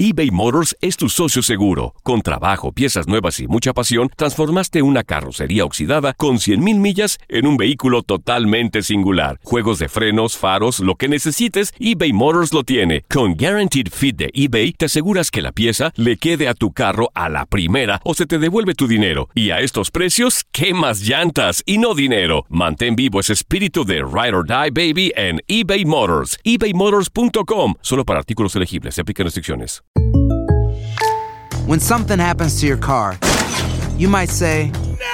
eBay Motors es tu socio seguro. Con trabajo, piezas nuevas y mucha pasión, transformaste una carrocería oxidada con 100,000 millas en un vehículo totalmente singular. Juegos de frenos, faros, lo que necesites, eBay Motors lo tiene. Con Guaranteed Fit de eBay, te aseguras que la pieza le quede a tu carro a la primera o se te devuelve tu dinero. Y a estos precios, ¿qué más llantas y no dinero? Mantén vivo ese espíritu de Ride or Die, baby, en eBay Motors. ebaymotors.com. Solo para artículos elegibles. Se aplican restricciones. When something happens to your car, you might say,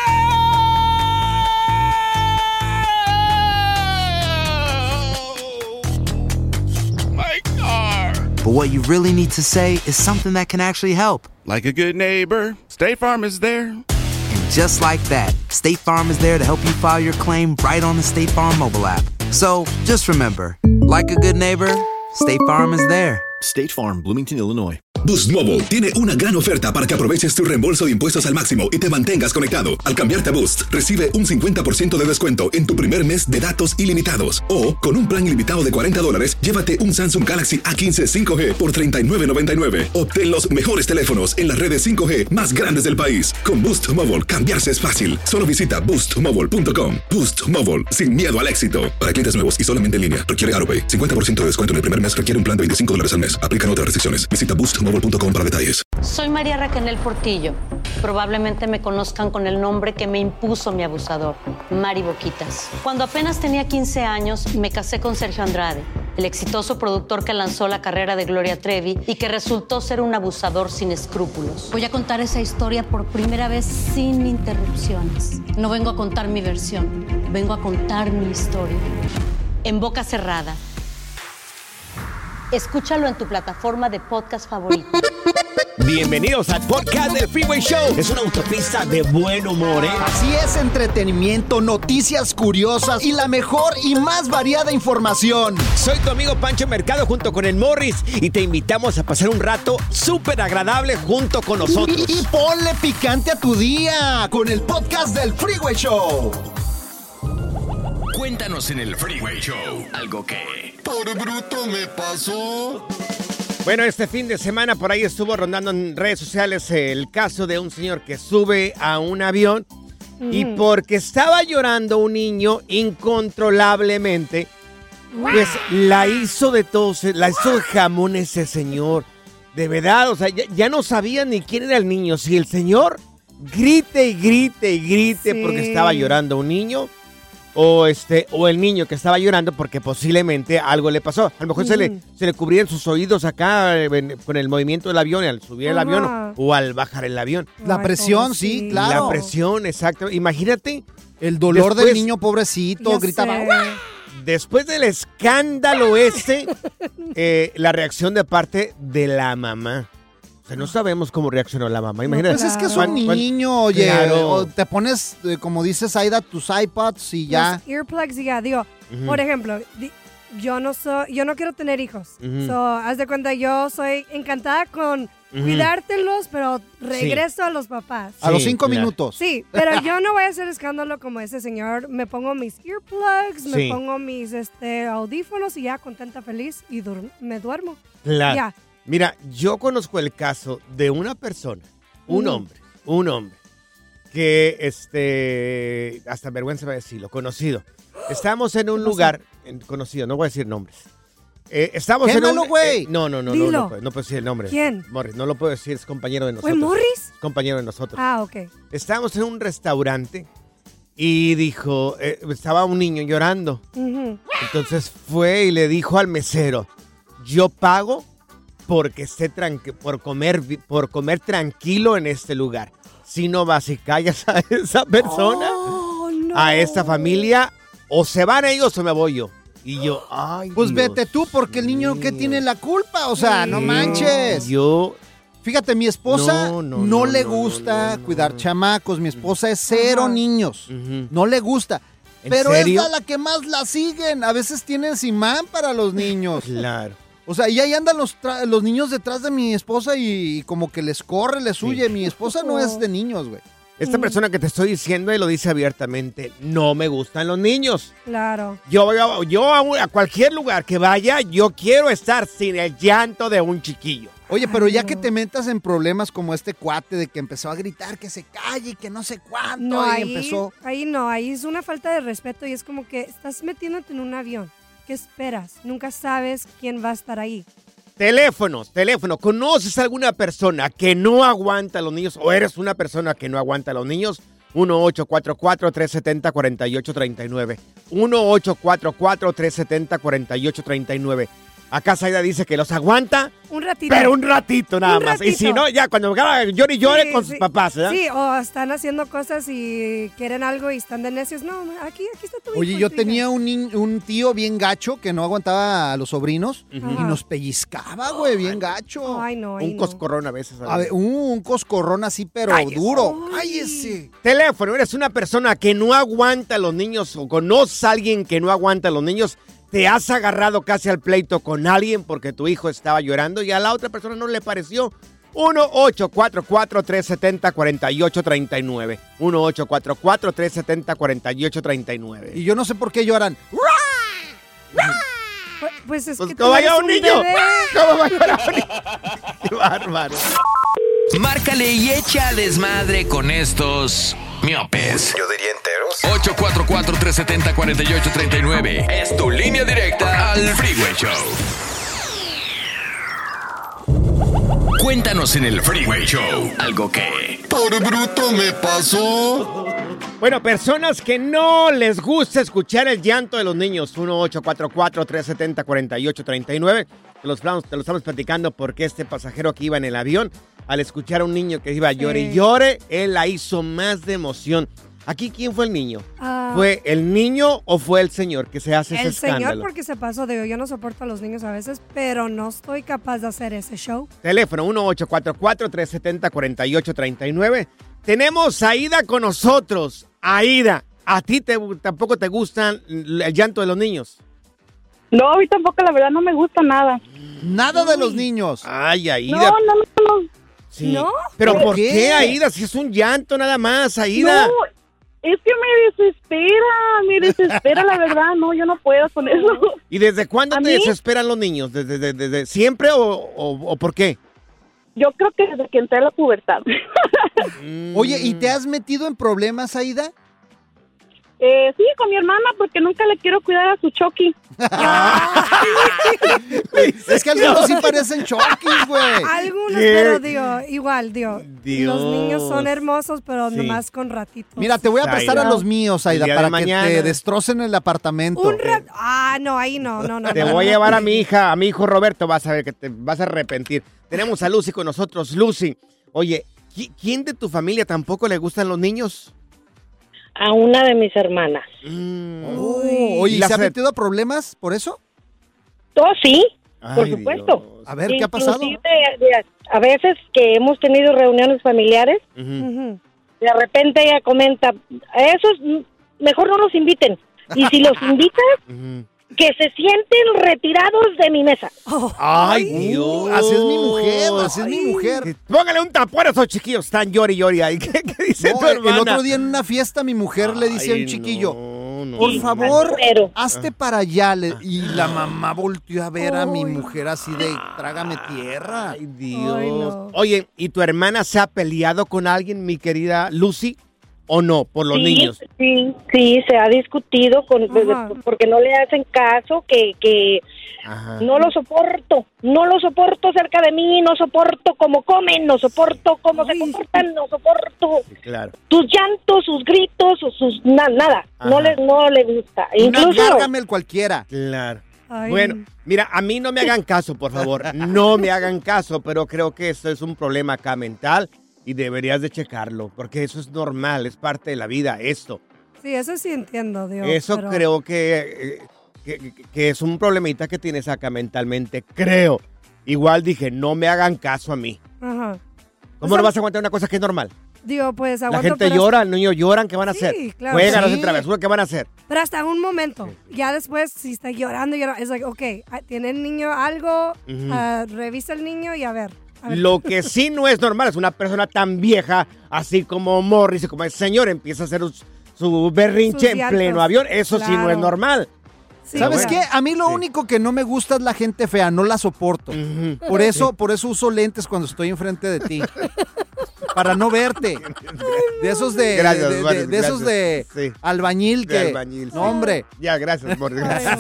My car! but what you really need to say is something that can actually help. Like a good neighbor, State Farm is there. And just like that, State Farm is there to help you file your claim right on the State Farm mobile app. So just remember, like a good neighbor, State Farm is there. State Farm, Bloomington, Illinois. Boost Mobile tiene una gran oferta para que aproveches tu reembolso de impuestos al máximo y te mantengas conectado. Al cambiarte a Boost, recibe un 50% de descuento en tu primer mes de datos ilimitados. O, con un plan ilimitado de $40, llévate un Samsung Galaxy A15 5G por $39.99. Obtén los mejores teléfonos en las redes 5G más grandes del país. Con Boost Mobile, cambiarse es fácil. Solo visita boostmobile.com. Boost Mobile, sin miedo al éxito. Para clientes nuevos y solamente en línea, requiere AutoPay. 50% de descuento en el primer mes requiere un plan de $25 al mes. Aplican otras restricciones. Visita boostmobile.com para detalles. Soy María Raquel Portillo. Probablemente me conozcan con el nombre que me impuso mi abusador, Mari Boquitas. Cuando apenas tenía 15 años, me casé con Sergio Andrade, el exitoso productor que lanzó la carrera de Gloria Trevi y que resultó ser un abusador sin escrúpulos. Voy a contar esa historia por primera vez sin interrupciones. No vengo a contar mi versión, vengo a contar mi historia. En boca cerrada. Escúchalo en tu plataforma de podcast favorita. Bienvenidos al podcast del Freeway Show. Es una autopista de buen humor, ¿eh? Así es, entretenimiento, noticias curiosas y la mejor y más variada información. Soy tu amigo Pancho Mercado junto con el Morris y te invitamos a pasar un rato súper agradable junto con nosotros. Y ponle picante a tu día con el podcast del Freeway Show. Cuéntanos en el Freeway Show algo que Por bruto me pasó. Bueno, este fin de semana por ahí estuvo rondando en redes sociales el caso de un señor que sube a un avión y porque estaba llorando un niño incontrolablemente, pues la hizo de todos, la hizo de jamón ese señor. De verdad, o sea, ya no sabía ni quién era el niño. Si el señor grite y grite y grite porque estaba llorando un niño. O el niño que estaba llorando porque posiblemente algo le pasó. A lo mejor se le cubrían sus oídos acá con el movimiento del avión, al subir el avión o al bajar el avión. La presión, sí, claro. La presión, exacto. Imagínate. El dolor del niño pobrecito, gritaba. Después del escándalo la reacción de parte de la mamá. O sea, no sabemos cómo reaccionó la mamá. Imagínate. Pues es que es un niño, oye. Claro. O te pones, como dices, Aida, tus iPods y ya. Los earplugs y ya. Digo, por ejemplo, yo no quiero tener hijos. Haz de cuenta, yo soy encantada con cuidártelos, pero regreso a los papás. A los 5 minutos. Sí, pero yo no voy a hacer escándalo como ese señor. Me pongo mis earplugs, me pongo mis audífonos y ya contenta, feliz y me duermo. Claro. Ya. Mira, yo conozco el caso de una persona, un hombre, que, hasta vergüenza me decirlo, conocido. Estamos en un lugar, conocido, no voy a decir nombres. Estamos en un... güey. No puedo decir el nombre. ¿Quién? Morris, no lo puedo decir, es compañero de nosotros. ¿Fue Morris? Es compañero de nosotros. Ah, ok. Estábamos en un restaurante y dijo, estaba un niño llorando. Entonces fue y le dijo al mesero, yo pago porque esté por comer tranquilo en este lugar. Si no vas y callas a esa persona, a esta familia, o se van ellos o me voy yo. Y yo, ay, pues Dios vete tú, porque el niño que tiene la culpa, o sea, no manches. Fíjate, mi esposa no le gusta cuidar chamacos. Mi esposa es cero niños. No le gusta. Pero es la que más la siguen. A veces tienen imán para los niños. Claro. O sea, y ahí andan los niños detrás de mi esposa y como que les corre, les huye. Mi esposa no es de niños, güey. Esta persona que te estoy diciendo y lo dice abiertamente, no me gustan los niños. Claro. Yo a cualquier lugar que vaya, yo quiero estar sin el llanto de un chiquillo. Oye, pero ya que te metas en problemas como este cuate de que empezó a gritar que se calle y que no sé cuánto, No, y empezó... ahí es una falta de respeto y es como que estás metiéndote en un avión. ¿Qué esperas? Nunca sabes quién va a estar ahí. Teléfono. ¿Conoces a alguna persona que no aguanta a los niños o eres una persona que no aguanta a los niños? 1-844-370-4839. 1-844-370-4839. Acá Zaida dice que los aguanta. Un ratito. Pero un ratito nada más. Ratito. Y si no, ya cuando llore y llore con sus papás, ¿verdad? Sí, o están haciendo cosas y quieren algo y están de necios. No, aquí está tu hijo. Oye, yo tenía un tío bien gacho que no aguantaba a los sobrinos y nos pellizcaba, güey, bien gacho. Ay, no. Un coscorrón a veces. A ver, un coscorrón así, pero duro. ¡Cállese! Teléfono, eres una persona que no aguanta a los niños o conoces a alguien que no aguanta a los niños. Te has agarrado casi al pleito con alguien porque tu hijo estaba llorando y a la otra persona no le pareció. 1-844-370-4839. 1-844-370-4839. Y yo no sé por qué lloran. Pues es que ¿cómo va a llorar un niño? bebé. ¿Cómo va a llorar un niño? ¡Qué bárbaro! Márcale y echa desmadre con estos miopes. Yo diría enteros. 844-370-4839. Es tu línea directa al Freeway Show. Cuéntanos en el Freeway Show algo que... Por bruto me pasó. Bueno, personas que no les gusta escuchar el llanto de los niños. 1-844-370-4839. Te lo estamos platicando porque este pasajero que iba en el avión, al escuchar a un niño que iba a llore y llore, él la hizo más de emoción. Aquí, ¿quién fue el niño? ¿Fue el niño o fue el señor que se hace ese escándalo? El señor porque se pasó, digo, yo no soporto a los niños a veces, pero no estoy capaz de hacer ese show. Teléfono 1-844-370-4839. Tenemos a Aida con nosotros. Aida, ¿a ti tampoco te gustan el llanto de los niños? No, a mí tampoco, la verdad, no me gusta nada. Nada de los niños. Ay, Aida. No. Sí. ¿No? ¿Pero por qué, Aida? Si es un llanto nada más, Aida. No, es que me desespera la verdad. No, yo no puedo con eso. ¿Y desde cuándo te desesperan los niños? ¿Desde siempre o por qué? Yo creo que desde que entré a la pubertad. Oye, ¿y te has metido en problemas, Aida? Sí, con mi hermana, porque nunca le quiero cuidar a su Chucky. Es que algunos sí parecen Chuckys, güey. Algunos, pero igual. Los niños son hermosos, pero nomás con ratitos. Mira, te voy a prestar a los míos, Aida, para que te destrocen el apartamento. No, ahí no. Te voy a llevar a mi hija, a mi hijo Roberto, vas a ver que te vas a arrepentir. Tenemos a Lucy con nosotros. Lucy, oye, ¿quién de tu familia tampoco le gustan los niños? A una de mis hermanas. Oye, ¿se ha metido a problemas por eso? Sí, por supuesto. Dios. A ver, ¿qué ha pasado? A veces que hemos tenido reuniones familiares, de repente ella comenta, esos mejor no los inviten. Y si los invitas, que se sienten retirados de mi mesa. ¡Ay, Dios! Así es mi mujer. Póngale un tapón a esos chiquillos, están llori ahí. ¿Qué dice tu hermana? El otro día en una fiesta mi mujer le dice a un chiquillo, por favor, hazte para allá. Y la mamá volteó a ver a mi mujer así de, trágame tierra. ¡Ay, Dios! Oye, ¿y tu hermana se ha peleado con alguien, mi querida Lucy? ¿O no? Por los niños. Sí, se ha discutido porque no le hacen caso, que no lo soporto cerca de mí, no soporto cómo comen, no soporto cómo se comportan, no soporto sus llantos, sus gritos, nada, no le gusta. Incluso Gárgame cualquiera. Claro. Bueno, mira, a mí no me hagan caso, por favor, no me hagan caso, pero creo que esto es un problema acá mental. Y deberías de checarlo, porque eso es normal, es parte de la vida, esto. Sí, eso sí entiendo, Dios. Eso creo que es un problemita que tienes acá mentalmente, creo. Igual dije, no me hagan caso a mí. Ajá. ¿Cómo no vas a aguantar una cosa que es normal? Digo, pues aguanto. La gente llora, el niño lloran, ¿qué van a hacer? Claro. Juegan, hacen travesuras, ¿qué van a hacer? Pero hasta un momento. Ya después, si está llorando, es like, ok, ¿tiene el niño algo? Revisa el niño y a ver. Lo que sí no es normal es una persona tan vieja, así como Morris, como el señor empieza a hacer su berrinche en pleno avión. Eso sí no es normal. Sí, ¿Sabes qué? A mí lo único que no me gusta es la gente fea, no la soporto. Por eso uso lentes cuando estoy enfrente de ti. Para no verte. De esos de Gracias, de esos de sí. albañil que. De albañil, sí. No, hombre. Ya, gracias, Morris. Gracias.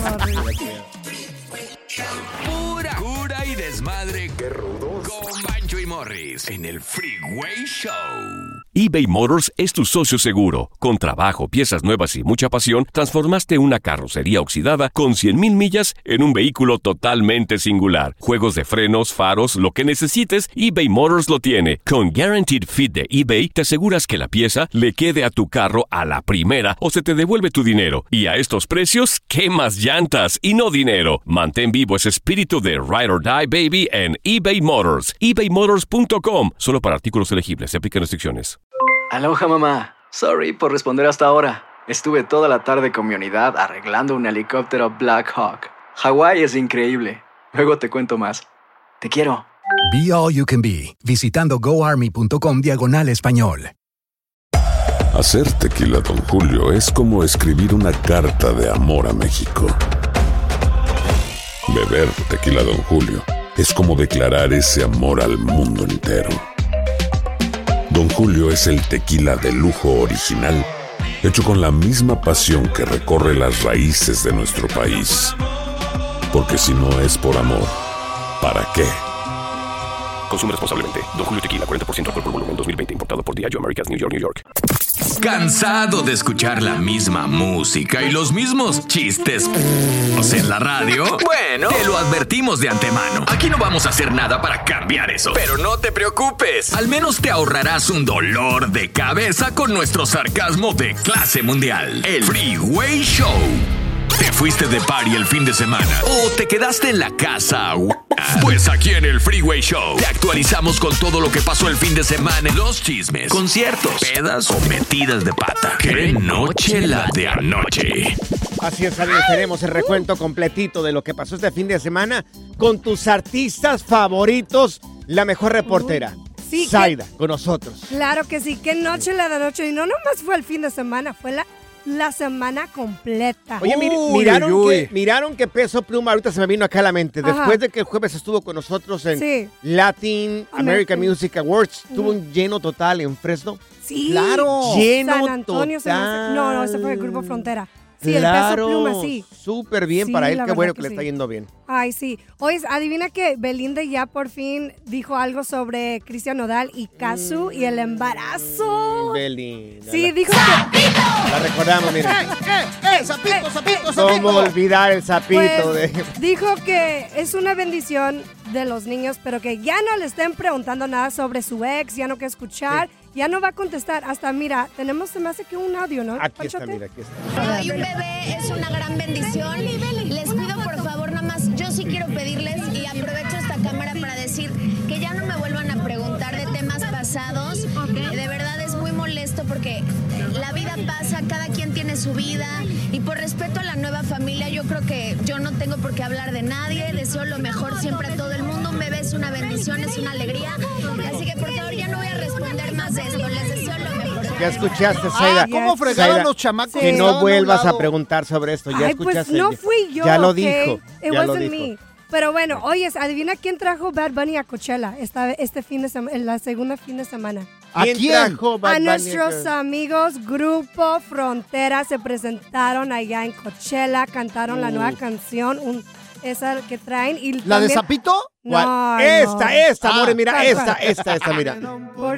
Pura cura y desmadre. ¡Qué rudos! Con Bancho y Morris en el Freeway Show. eBay Motors es tu socio seguro. Con trabajo, piezas nuevas y mucha pasión, transformaste una carrocería oxidada con 100,000 millas en un vehículo totalmente singular. Juegos de frenos, faros, lo que necesites, eBay Motors lo tiene. Con Guaranteed Fit de eBay, te aseguras que la pieza le quede a tu carro a la primera o se te devuelve tu dinero. Y a estos precios, ¿qué más llantas y no dinero? Mantén vivo ese espíritu de Ride or Die, baby, en eBay Motors. ebaymotors.com. Solo para artículos elegibles. Se aplican restricciones. Aloha, mamá. Sorry por responder hasta ahora. Estuve toda la tarde con mi unidad arreglando un helicóptero Black Hawk. Hawái es increíble. Luego te cuento más. Te quiero. Be All You Can Be, visitando goarmy.com/español. Hacer tequila Don Julio es como escribir una carta de amor a México. Beber tequila Don Julio es como declarar ese amor al mundo entero. Don Julio es el tequila de lujo original, hecho con la misma pasión que recorre las raíces de nuestro país. Porque si no es por amor, ¿para qué? Consume responsablemente. Don Julio Tequila, 40% alcohol por volumen, 2020. Importado por Diageo Americas, New York, New York. ¿Cansado de escuchar la misma música y los mismos chistes en la radio? Bueno, te lo advertimos de antemano. Aquí no vamos a hacer nada para cambiar eso. Pero no te preocupes. Al menos te ahorrarás un dolor de cabeza con nuestro sarcasmo de clase mundial. El Freeway Show. ¿Te fuiste de party el fin de semana o te quedaste en la casa? Pues aquí en el Freeway Show te actualizamos con todo lo que pasó el fin de semana, los chismes, conciertos, pedas o metidas de pata. ¡Qué noche la de anoche! Así es, amigos, tenemos el recuento completito de lo que pasó este fin de semana con tus artistas favoritos, la mejor reportera. Sí, Zaida, con nosotros. Claro que sí, qué noche la de anoche. Y no nomás fue el fin de semana, fue la semana completa. Oye, miraron que Peso Pluma, ahorita se me vino acá a la mente, después de que el jueves estuvo con nosotros en Latin American Music Awards, tuvo un lleno total en Fresno. Sí, claro. Lleno San Antonio, total. No, ese fue el Grupo Frontera. Sí, claro, el Peso Pluma, sí. Súper bien Sí, para él, la qué verdad bueno que que le sí. está yendo bien. Ay, sí. Oye, adivina que Belinda ya por fin dijo algo sobre Cristian Nodal y Casu y el embarazo. Belinda. Sí, dijo que... La recordamos, miren. ¡Sapito! ¿Cómo olvidar el sapito? Pues, dijo que es una bendición de los niños, pero que ya no le estén preguntando nada sobre su ex, ya no quiere escuchar, ya no va a contestar. Hasta, mira, tenemos, se me hace que un audio, ¿no? Aquí está, mira, aquí está. Ay, un bebé es una gran bendición. Les pido, por favor, nada más, yo sí quiero pedirles, y aprovecho esta cámara para decir que ya no me vuelvan a preguntar de temas pasados. De verdad es muy molesto porque la vida pasa, cada quien tiene su vida, y por respeto a la nueva familia, yo creo que yo no tengo por qué hablar de nadie. Deseo lo mejor siempre a todo el mundo. Un bebé es una bendición, es una alegría. Así que, por favor, ya no voy a responder más de esto. Les deseo lo mejor. Ya escuchaste, Zaida. ¿Cómo fregaron los chamacos? Que no vuelvas a preguntar sobre esto. Ya escuchaste. Pues no fui yo. Ya lo ¿ok? dijo. It Ya lo wasn't dijo. me. Pero bueno, oye, adivina quién trajo Bad Bunny a Coachella este fin de semana, la segunda fin de semana. ¿A quién? trajo Bad A Bunny? nuestros amigos Grupo Frontera se presentaron allá en Coachella, cantaron la nueva canción, esa que traen. Y ¿La de también- Zapito? No, Esta, amores, mira, ¿cuál, cuál? esta, mira. Por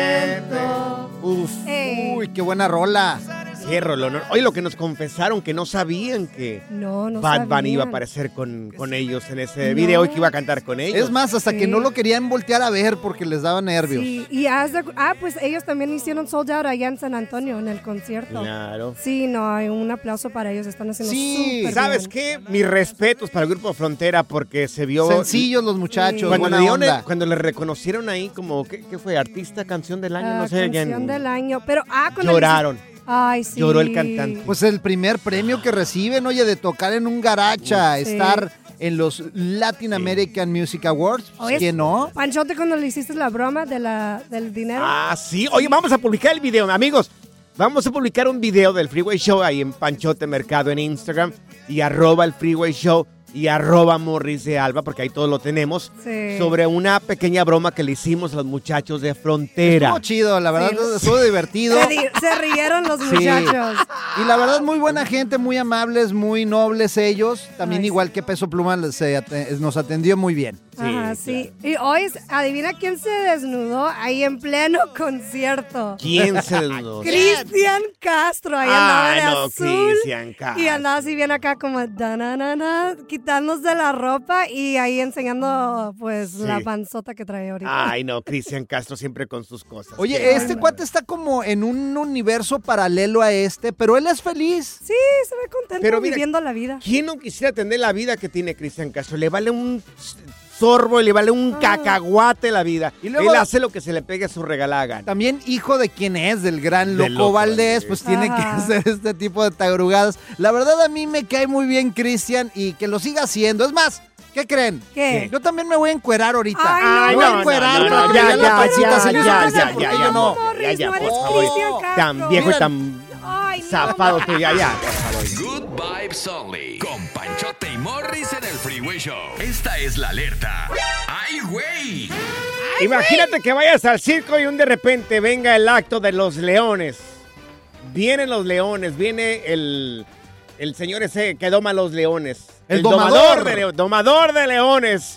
ciento. Uf, uy, qué buena rola. Qué rolón. Oye, lo que nos confesaron, que no sabían que No Bad Bunny sabían. iba a aparecer con ellos en ese video y que iba a cantar con ellos. Es más, hasta Sí. que no lo querían voltear a ver porque les daba nervios. Sí, y pues ellos también hicieron sold out allá en San Antonio en el concierto. Claro. Sí, no, hay un aplauso para ellos, están haciendo Sí, súper ¿sabes bien. qué? Mis respetos para el Grupo Frontera porque se vio... Sencillos los muchachos, Cuando buena le, dieron onda. cuando le reconocieron ahí como, ¿qué fue? Artista, canción del año, no sé. Canción del año, pero cuando Lloraron. Ay, sí. Lloró el cantante. Pues el primer premio que reciben, oye, de tocar en un garacha, Sí. estar en los Latin American Music Awards, Oye, ¿quién no? Panchote, cuando le hiciste la broma del dinero. Ah, sí. Oye, vamos a publicar el video, amigos. Vamos a publicar un video del Freeway Show ahí en Panchote Mercado en Instagram y @el Freeway Show y @Morris de Alba, porque ahí todo lo tenemos, sobre una pequeña broma que le hicimos a los muchachos de Frontera. Estuvo chido, la verdad, estuvo divertido. Se rieron los muchachos. Y la verdad, muy buena gente, muy amables, muy nobles ellos. También igual que Peso Pluma nos atendió muy bien. Ajá, sí. Y hoy, adivina quién se desnudó ahí en pleno concierto. ¿Quién se desnudó? Cristian Castro, ahí andaba de azul. Cristian Castro. Y andaba así bien acá como quitándose la ropa y ahí enseñando pues la panzota que trae ahorita. Ay, no, Cristian Castro siempre con sus cosas. Oye, este cuate está como en un universo paralelo a pero él es feliz. Sí, se ve contento viviendo la vida. ¿Quién no quisiera tener la vida que tiene Cristian Castro? Le vale un sorbo y le vale un cacahuate la vida. Y luego, él hace lo que se le pegue a su regalada gana. También hijo de quien es, del gran Loco Valdés, pues tiene que hacer este tipo de tarugadas. La verdad a mí me cae muy bien Cristian y que lo siga haciendo. Es más, ¿qué creen? ¿Qué? Yo también me voy a encuerar ahorita. Ay, me voy a encuerar para brillar la pancita. Ya, por favor. Tan viejo y tan zafado tú, ya, por favor. Good vibes only. Con Panchote y Morris en el Freeway Show. Esta es la alerta. ¡Ay, güey! Imagínate que vayas al circo y de repente venga el acto de los leones. Vienen los leones, viene el señor ese que doma los leones. El domador. Domador de leones.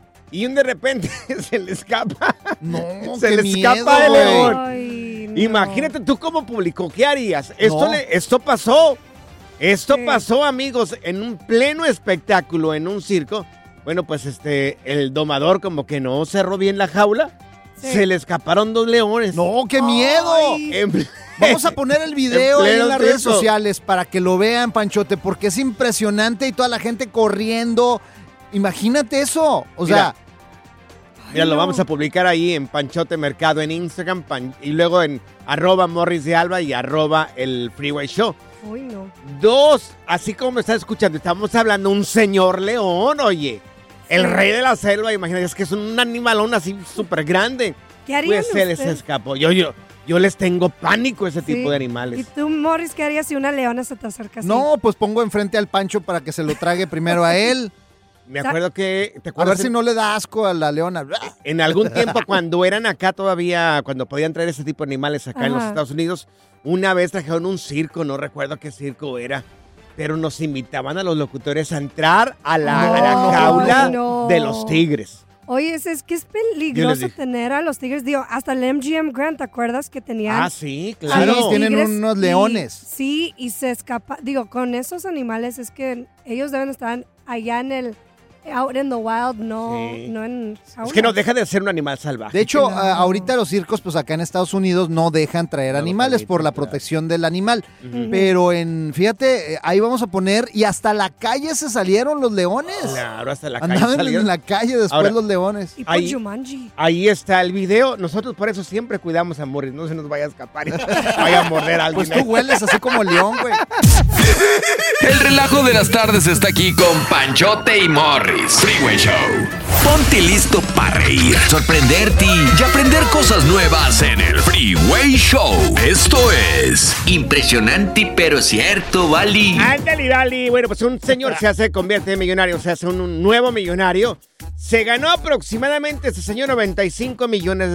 Y de repente se le escapa. No, se le escapa el león. Ay, no. Imagínate tú cómo publicó. ¿Qué harías? Esto pasó. Esto pasó, amigos, en un pleno espectáculo en un circo. Bueno, pues el domador como que no cerró bien la jaula. Sí. Se le escaparon 2 leones. ¡No, qué miedo! Vamos a poner el video ahí en las redes sociales para que lo vean, Panchote, porque es impresionante y toda la gente corriendo. Imagínate eso. O sea... Mira, lo vamos a publicar ahí en Panchote Mercado en Instagram y luego en @Morris de Alba y @el Freeway Show. Uy, no. 2, así como me estás escuchando, estamos hablando de un señor león, oye. El rey de la selva, imagínate, es que es un animalón así súper grande. ¿Qué harían Pues se les escapó. Yo les tengo pánico a ese tipo de animales. ¿Y tú, Morris, qué harías si una leona se te acerca así? No, pues pongo enfrente al Pancho para que se lo trague primero a él. Me acuerdo que... ¿te acuerdas? A ver si no le da asco a la leona. En algún tiempo, cuando eran acá todavía, cuando podían traer ese tipo de animales acá en los Estados Unidos, una vez trajeron un circo, no recuerdo qué circo era, pero nos invitaban a los locutores a entrar a la jaula de los tigres. Oye, es que es peligroso tener a los tigres. Digo, hasta el MGM Grand, ¿te acuerdas que tenían? Ah, sí, claro. Sí, tienen unos leones. Sí, y se escapa. Digo, con esos animales es que ellos deben estar allá en el... out in the wild, no en jaula. Es que no deja de ser un animal salvaje. De hecho, ahorita los circos, pues acá en Estados Unidos no dejan traer animales por la protección del animal. Pero fíjate, ahí vamos a poner, y hasta la calle se salieron los leones. Claro, hasta la calle salieron. Andaban en la calle después los leones. Y por Jumanji. Ahí está el video. Nosotros por eso siempre cuidamos a Morris, no se nos vaya a escapar y vaya a morder a alguien. Pues tú hueles así como león, güey. El relajo de las tardes está aquí con Panchote y Morris. Freeway Show. Ponte listo para reír, sorprenderte y aprender cosas nuevas en el Freeway Show. Esto es impresionante pero cierto, Vali. Ándale, Vali. Bueno, pues un señor se convierte en millonario, se hace un nuevo millonario. Se ganó aproximadamente ese señor $95 millones.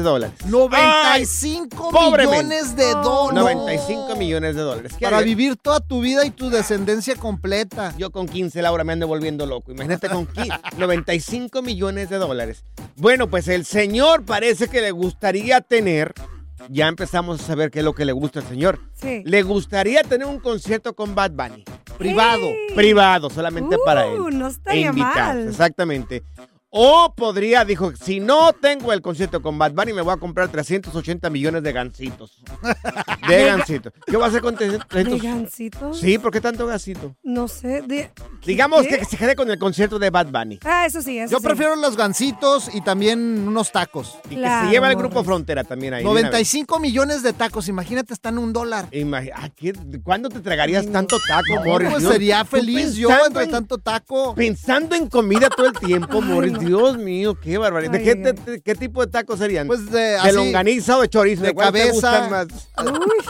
95 millones de dólares. 95 millones de dólares. Para vivir toda tu vida y tu descendencia completa. Yo con 15, Laura, me ando volviendo loco. Imagínate con 95 millones de dólares. Bueno, pues el señor parece que le gustaría tener... Ya empezamos a saber qué es lo que le gusta al señor. Sí. Le gustaría tener un concierto con Bad Bunny. Privado. Privado, solamente para él. No estaría mal. Exactamente. O podría, dijo, si no tengo el concierto con Bad Bunny, me voy a comprar 380 millones de gancitos. De gancitos. ¿Qué va a hacer con 300? ¿De gancitos? Sí, ¿por qué tanto gancito? No sé. Digamos que se quede con el concierto de Bad Bunny. Ah, eso sí, Yo prefiero los gancitos y también unos tacos. Y que se lleva el Grupo Frontera también ahí. 95 millones de tacos, imagínate, están en $1. ¿Cuándo te tragarías tanto taco, Morris? Pues sería feliz yo entre tanto taco. Pensando en comida todo el tiempo, Morris. Dios mío, qué barbaridad. ¿Qué tipo de tacos serían? Pues ¿De longaniza o de chorizo? De cabeza. Más?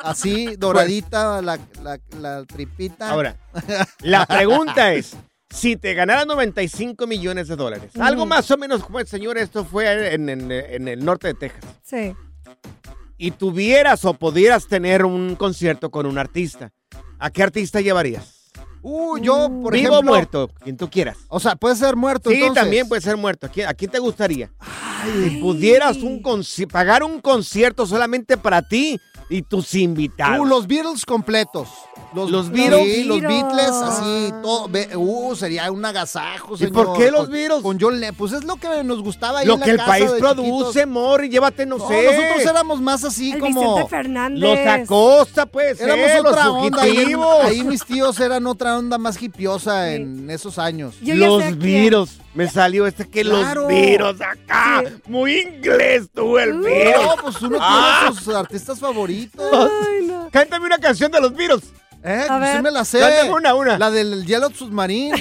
así, doradita, la tripita. Ahora, la pregunta es, si te ganaras 95 millones de dólares, algo más o menos como el señor, esto fue en el norte de Texas. Sí. Y tuvieras o pudieras tener un concierto con un artista, ¿a qué artista llevarías? Yo, por Vivo ejemplo... o muerto, quien tú quieras. O sea, puede ser muerto, Sí, entonces. también puede ser muerto. ¿A quién te gustaría? Si pudieras pagar un concierto solamente para ti y tus invitados. Los Beatles completos. Los Beatles. Sí, los Beatles, así, todo. Sería un agasajo, señor. ¿Y por qué los Beatles? Con John Lennon. Pues es lo que nos gustaba ahí Lo en la que el casa país de produce, chiquitos. Mori, llévate, no sé. Nosotros éramos más así El como... Vicente Fernández. Los Acosta, pues, Éramos los otra onda. fugitivos. Ahí mis tíos eran otra onda más hipiosa en esos años. Los Beatles. Me salió Claro. los Beatles acá. Sí. Muy inglés tú, el Beatles. No, pues uno tiene sus artistas favoritos. Cántame una canción de los Beatles. Sí me la sé. Cántame una. La del Yellow Submarine.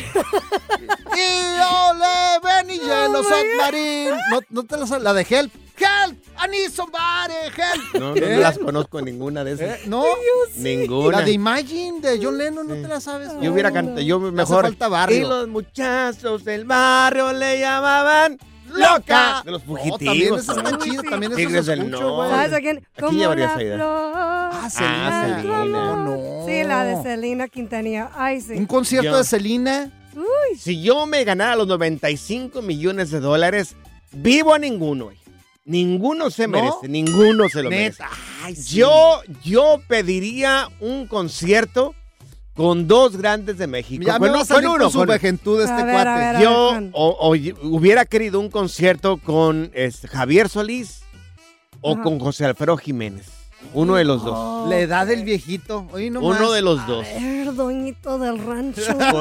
Benny Yellow Submarine. No te la sabes. La de Help. Help, I need somebody, help. No las conozco ninguna de esas. No, ninguna. La de Imagine de John Lennon, ¿no te la sabes? Yo hubiera cantado, yo mejor. Hace falta barrio. Y los muchachos del barrio le llamaban loca. De los fugitivos. También esas están chidas, también esas Tigres del escucho, Norte. güey. ¿Sabes a quién? ¿A quién llevarías la ahí? flor. Selena. No. Sí, la de Selena Quintanilla. Ay, sí. Un concierto de Selena. Uy. Si yo me ganara los 95 millones de dólares, vivo a ninguno. Ninguno se merece, ninguno se lo merece. Ay, sí. Yo pediría un concierto con dos grandes de México. Ya me va a salir con su vejentud este cuate. Yo hubiera querido un concierto con Javier Solís o con José Alfredo Jiménez. Uno de los dos. La edad del viejito. Oye, no Uno más. de los dos. Doñito del rancho.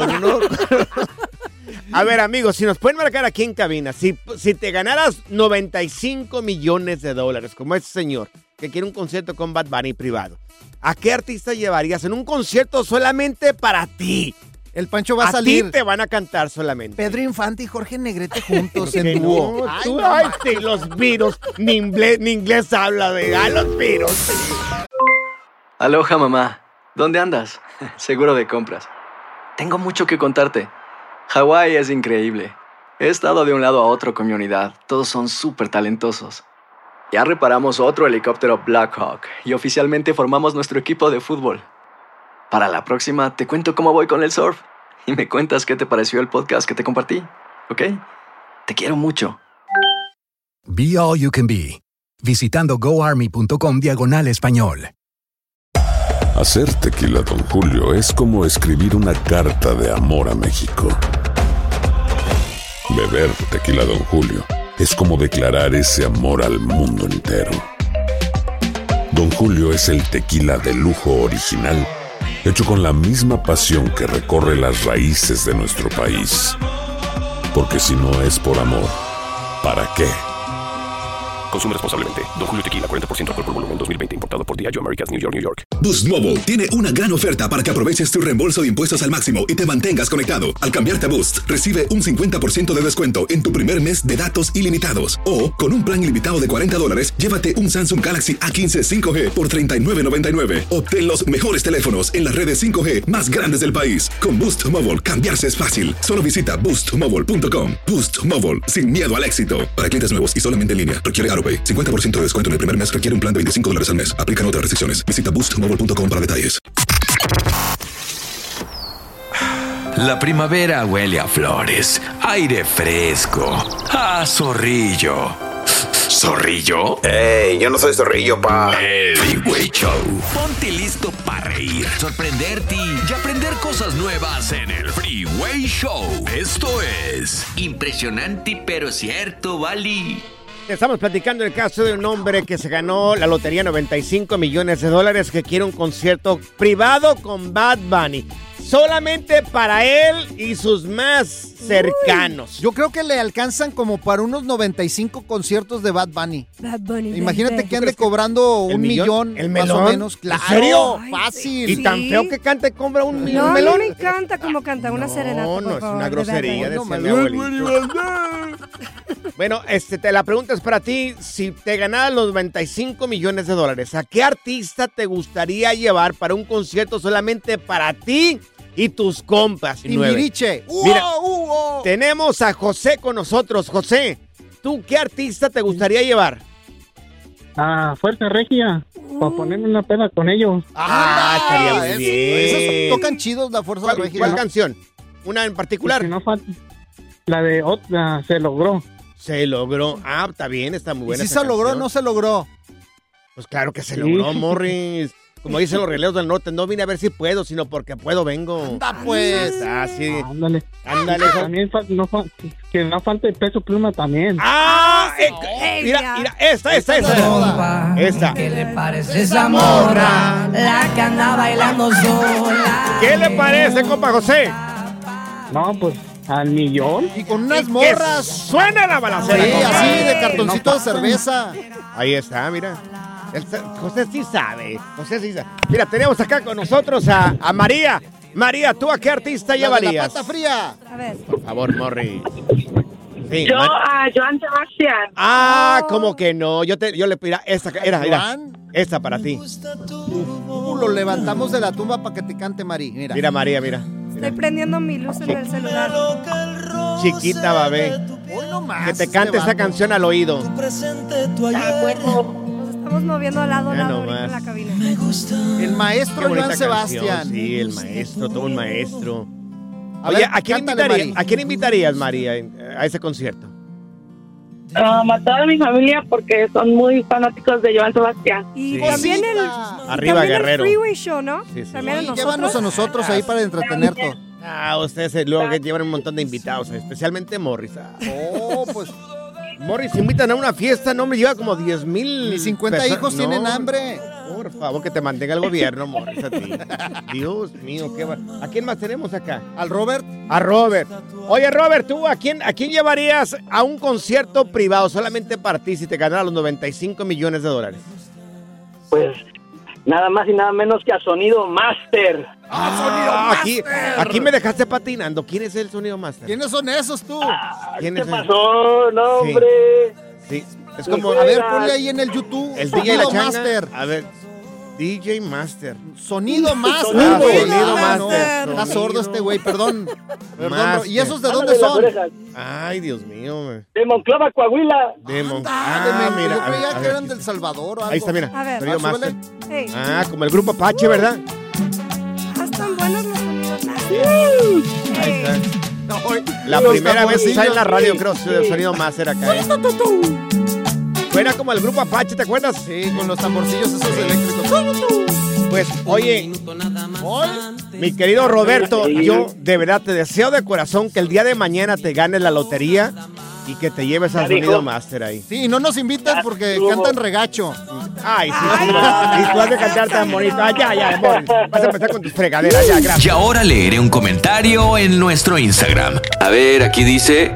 A ver, amigos, si nos pueden marcar aquí en cabina, si te ganaras 95 millones de dólares, como ese señor que quiere un concierto con Bad Bunny privado, ¿a qué artista llevarías en un concierto solamente para ti? El Pancho va a salir. A ti te van a cantar solamente. Pedro Infante y Jorge Negrete juntos en Que dúo. no, sí, los virus, ni inglés habla de los virus. Aloha, mamá. ¿Dónde andas? Seguro de compras. Tengo mucho que contarte. Hawái es increíble. He estado de un lado a otro con mi unidad. Todos son súper talentosos. Ya reparamos otro helicóptero Black Hawk y oficialmente formamos nuestro equipo de fútbol. Para la próxima te cuento cómo voy con el surf y me cuentas qué te pareció el podcast que te compartí, ¿ok? Te quiero mucho. Be All You Can Be, visitando goarmy.com/español. Hacer tequila Don Julio es como escribir una carta de amor a México. Beber tequila Don Julio es como declarar ese amor al mundo entero. Don Julio es el tequila de lujo original, hecho con la misma pasión que recorre las raíces de nuestro país. Porque si no es por amor, ¿para qué? Consume responsablemente. Don Julio Tequila, 40% alcohol por volumen, 2020. Importado por Diageo Americas, New York, New York. Boost Mobile tiene una gran oferta para que aproveches tu reembolso de impuestos al máximo y te mantengas conectado. Al cambiarte a Boost, recibe un 50% de descuento en tu primer mes de datos ilimitados. O, con un plan ilimitado de $40, llévate un Samsung Galaxy A15 5G por $39.99. Obtén los mejores teléfonos en las redes 5G más grandes del país. Con Boost Mobile, cambiarse es fácil. Solo visita boostmobile.com. Boost Mobile, sin miedo al éxito. Para clientes nuevos y solamente en línea, requiere AroPay. 50% de descuento en el primer mes requiere un plan de $25 al mes. Aplican otras restricciones. Visita boostmobile.com para detalles. La primavera huele a flores, aire fresco, a zorrillo. ¿Zorrillo? ¡Ey! Yo no soy zorrillo, pa. El Freeway Show. Ponte listo para reír, sorprenderte y aprender cosas nuevas en el Freeway Show. Esto es impresionante pero cierto, Bali. Estamos platicando el caso de un hombre que se ganó la lotería 95 millones de dólares que quiere un concierto privado con Bad Bunny. Solamente para él y sus más cercanos. Yo creo que le alcanzan como para unos 95 conciertos de Bad Bunny. Bad Bunny. Imagínate que ande cobrando un millón, ¿El más melón? o menos. Claro, ¿En serio? fácil. Y tan feo que canta y compra un millón No, melón. me encanta como canta una serenata. No, por es favor, una de grosería, verdad. decía mi abuelito. Bueno, la pregunta es para ti. Si te ganaras los 95 millones de dólares, ¿a qué artista te gustaría llevar para un concierto solamente para ti y tus compas? Timbiriche. Mira, tenemos a José con nosotros. José, ¿tú qué artista te gustaría llevar? Fuerza Regia, para ponerme una peda con ellos. Estaría muy bien. Esos tocan chidos la Fuerza Regia. ¿Cuál canción? ¿Una en particular? No falta. La de Se Logró. Se logró. Está bien, está muy buena. ¿Y si se logró o no se logró? Pues claro que se logró, Morris. Como dicen los Rieleros del Norte, no vine a ver si puedo, sino porque puedo, vengo. ¡Anda, pues! Sí. Ándale. También que no falte Peso Pluma también. Mira, esta. Esta. ¿Qué le parece esa morra? La que anda bailando sola. ¿Qué le parece, compa José? No, pues al millón. Y con unas morras. ¡Suena la balacera! Sí, así, de cartoncito de cerveza. Ahí está, mira. José sí sabe. Mira, tenemos acá con nosotros a María. María, ¿tú a qué artista llevarías? La pata fría. A ver. Por favor, Morris. Sí, Yo a Joan Sebastián. ¿Cómo que no? Yo le mira, mira. Esta para ti. Lo levantamos de la tumba para que te cante, Mari. Mira, María, mira. Estoy prendiendo mi luz en el celular. Chiquita, babé. Que te cante esa canción al oído. Estamos moviendo al lado ahorita en la cabina. El maestro Joan Sebastián. Canción, sí, el maestro, todo un maestro. Oye, ¿a quién invitarías, María, a ese concierto? A toda mi familia porque son muy fanáticos de Joan Sebastián. Y también Arriba Guerrero. El Freeway Show, ¿no? Sí. También llévanos a nosotros ahí para entretenerte. Ustedes luego que llevan un montón de invitados, especialmente Morris. Pues Morris, invitan a una fiesta, no me lleva como 10,000. Mis 50 hijos tienen hambre. Por favor, que te mantenga el gobierno, Morris, a ti. Dios mío, qué va. ¿A quién más tenemos acá? ¿Al Robert? A Robert. Oye, Robert, ¿tú a quién llevarías a un concierto privado solamente para ti si te ganaras los 95 millones de dólares? Pues nada más y nada menos que a Sonido Master. Aquí me dejaste patinando. ¿Quién es el Sonido Master? ¿Quiénes son esos tú? ¿Qué pasó? No, hombre. Sí. Es como, a ver, ponle ahí en el YouTube. El Sonido DJ La Master. A ver, DJ Master. Sonido Master. Sonido Master. Está sordo este güey, perdón. Master. ¿Y esos de dónde son? Ay, Dios mío. De Monclova, Coahuila. Mira. Yo creía que eran del Salvador o algo. Ahí está, mira. A ver, Sonido Master. Hey. Como el grupo Apache, ¿verdad? Están buenos los sonidos. Ahí está. La primera vez que sale en la radio, creo, el Sonido Master acá. Suena como el grupo Apache, ¿te acuerdas? Sí, con los tamborcillos esos eléctricos. Pues, oye, mi querido Roberto, yo de verdad te deseo de corazón que el día de mañana te ganes la lotería y que te lleves al Sonido Master ahí. Sí, no nos invitas porque cantan regacho. Ay, sí. Y tú has de cantar tan bonito. Ya, amor. Vas a empezar con tus fregaderas, ya, gracias. Y ahora leeré un comentario en nuestro Instagram. A ver, aquí dice...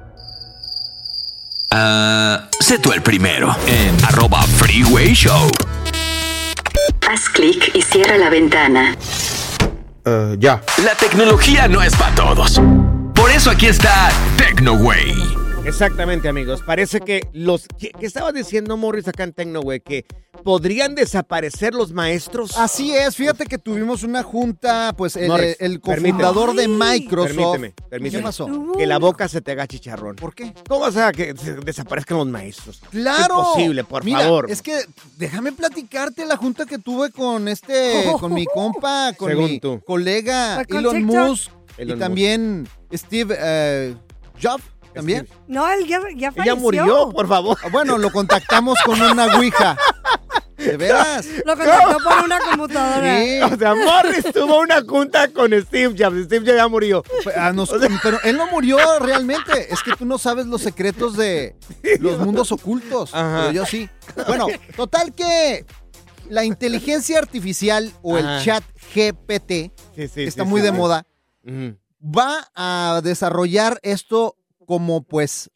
sé tú el primero en @freewayshow. Haz clic y cierra la ventana. Ya. La tecnología no es para todos. Por eso aquí está TecnoWay. Exactamente, amigos. Parece que ¿Qué estabas diciendo, Morris, acá en TecnoWay? Que podrían desaparecer los maestros. Así es. Fíjate que tuvimos una junta, pues, el cofundador de Microsoft. Permíteme. ¿Qué pasó? Que la boca se te haga chicharrón. ¿Por qué? ¿Cómo vas a que desaparezcan los maestros? ¡Claro! Es imposible, por favor. Es que déjame platicarte la junta que tuve con con mi compa, con mi colega Elon Musk y también Steve Jobs. ¿También? No, él ya falleció. Ya murió, por favor. Bueno, lo contactamos con una ouija. ¿De veras? Lo contactó por una computadora. Sí. O sea, Morris tuvo una junta con Steve Jobs. Steve Jobs ya murió. Pero él no murió realmente. Es que tú no sabes los secretos de los mundos ocultos. Pero yo sí. Bueno, total que la inteligencia artificial o el chat GPT, que está muy de moda, va a desarrollar esto como pues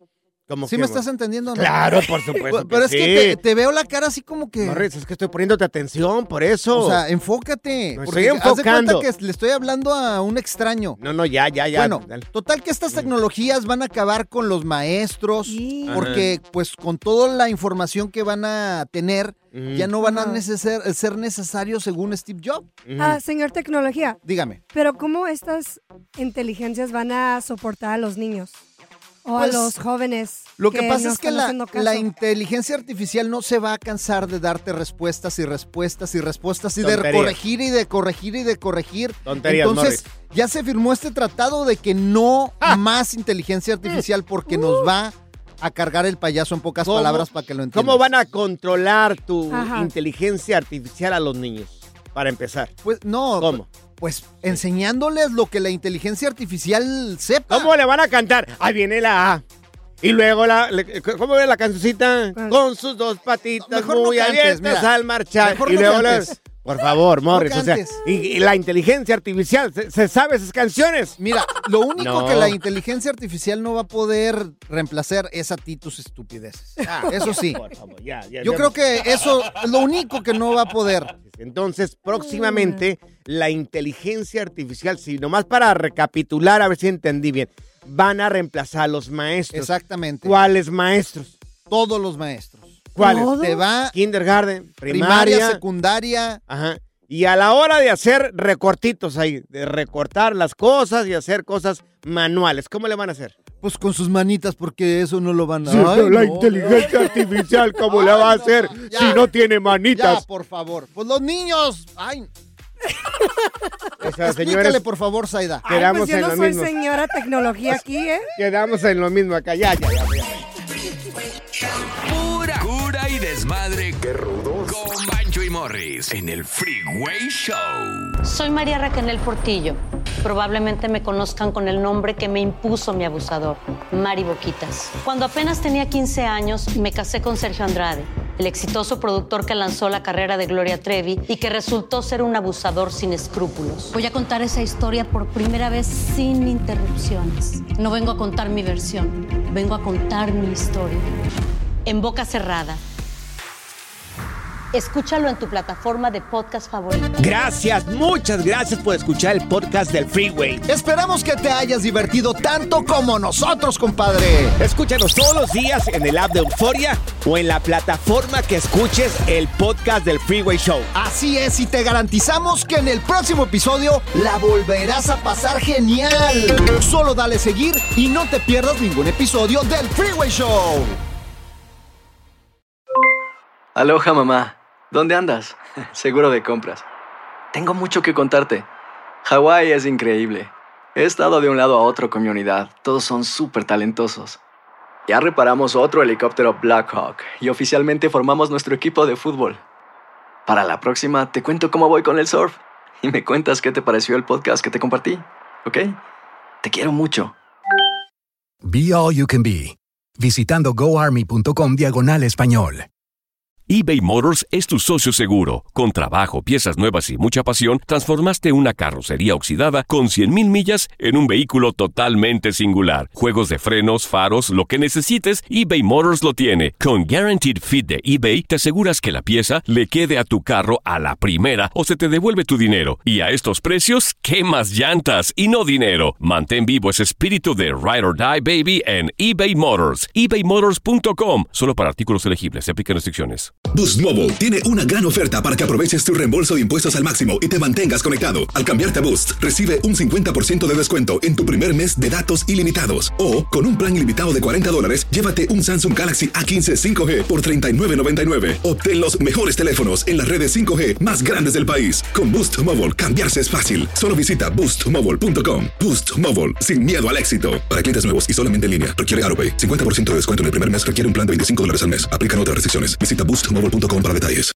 ¿Sí me estás entendiendo? ¿No? Claro, por supuesto. Pero es que te veo la cara así como que... Morris, es que estoy poniéndote atención, por eso. O sea, enfócate. Me porque estoy enfocando. Haz de cuenta que le estoy hablando a un extraño. No, ya. Bueno, total que estas tecnologías van a acabar con los maestros, porque pues con toda la información que van a tener, ya no van a ser necesarios según Steve Jobs. Señor Tecnología. Dígame. Pero ¿cómo estas inteligencias van a soportar a los niños? O Pues, a los jóvenes. Lo que pasa no es que están haciendo caso. la inteligencia artificial no se va a cansar de darte respuestas y respuestas y respuestas y Tonterías. de corregir y de corregir y de corregir. Tonterías, Entonces, ya se firmó este tratado de que no más inteligencia artificial porque nos va a cargar el payaso, en pocas palabras, para que lo entiendas. ¿Cómo van a controlar tu inteligencia artificial a los niños? Para empezar. Pues no. ¿Cómo? Pues enseñándoles lo que la inteligencia artificial sepa. ¿Cómo le van a cantar? Ahí viene la A. Y luego ¿cómo ve la cancioncita? Con sus dos patitas Mejor muy no cantes, abiertas mira. al marchar. Mejor Y no luego cantes. por favor, Morris, No o sea, cantes. y la inteligencia artificial se sabe esas canciones. Mira, lo único No. que la inteligencia artificial no va a poder reemplazar es a ti tus estupideces. Eso sí. Por favor, ya, Yo creo que eso es lo único que no va a poder. Entonces, próximamente, la inteligencia artificial, si nomás para recapitular, a ver si entendí bien, van a reemplazar a los maestros. Exactamente. ¿Cuáles maestros? Todos los maestros. ¿Cuáles? Te va Kindergarten, primaria, secundaria. Ajá. Y a la hora de hacer recortitos ahí, de recortar las cosas y hacer cosas manuales, ¿cómo le van a hacer? Pues con sus manitas, porque eso no lo van a... Sí, Ay, pero la no, inteligencia artificial, ¿cómo la va a hacer ya. si no tiene manitas? Ya, por favor. Pues los niños... Ay. O sea, Explícale, señores, por favor, Zaida. quedamos Pues yo en no lo soy mismo. señora tecnología aquí, ¿eh? Quedamos en lo mismo acá, ya. Pura cura y desmadre. ¡Qué rudos! Con Bancho y Morris en el Freeway Show. Soy María Raquel Portillo. Probablemente me conozcan con el nombre que me impuso mi abusador, Mari Boquitas. Cuando apenas tenía 15 años, me casé con Sergio Andrade, el exitoso productor que lanzó la carrera de Gloria Trevi y que resultó ser un abusador sin escrúpulos. Voy a contar esa historia por primera vez sin interrupciones. No vengo a contar mi versión, vengo a contar mi historia. En boca cerrada. Escúchalo en tu plataforma de podcast favorita. Gracias, muchas gracias por escuchar el podcast del Freeway. Esperamos que te hayas divertido tanto como nosotros, compadre. Escúchanos todos los días en el app de Euforia o en la plataforma que escuches el podcast del Freeway Show. Así es, y te garantizamos que en el próximo episodio la volverás a pasar genial. Solo dale seguir y no te pierdas ningún episodio del Freeway Show. Aloha, mamá. ¿Dónde andas? Seguro de compras. Tengo mucho que contarte. Hawái es increíble. He estado de un lado a otro con mi unidad. Todos son súper talentosos. Ya reparamos otro helicóptero Blackhawk y oficialmente formamos nuestro equipo de fútbol. Para la próxima te cuento cómo voy con el surf y me cuentas qué te pareció el podcast que te compartí, ¿ok? Te quiero mucho. Be All You Can Be, visitando goarmy.com/español. eBay Motors es tu socio seguro. Con trabajo, piezas nuevas y mucha pasión, transformaste una carrocería oxidada con 100,000 millas en un vehículo totalmente singular. Juegos de frenos, faros, lo que necesites, eBay Motors lo tiene. Con Guaranteed Fit de eBay, te aseguras que la pieza le quede a tu carro a la primera o se te devuelve tu dinero. Y a estos precios, ¿qué más llantas y no dinero? Mantén vivo ese espíritu de Ride or Die, baby, en eBay Motors. ebaymotors.com. Solo para artículos elegibles. Se aplican restricciones. Boost Mobile tiene una gran oferta para que aproveches tu reembolso de impuestos al máximo y te mantengas conectado. Al cambiarte a Boost, recibe un 50% de descuento en tu primer mes de datos ilimitados. O, con un plan ilimitado de $40, llévate un Samsung Galaxy A15 5G por $39.99. Obtén los mejores teléfonos en las redes 5G más grandes del país. Con Boost Mobile, cambiarse es fácil. Solo visita boostmobile.com. Boost Mobile, sin miedo al éxito. Para clientes nuevos y solamente en línea, requiere AutoPay. 50% de descuento en el primer mes requiere un plan de $25 al mes. Aplican otras restricciones. Visita boostmobile.com para detalles.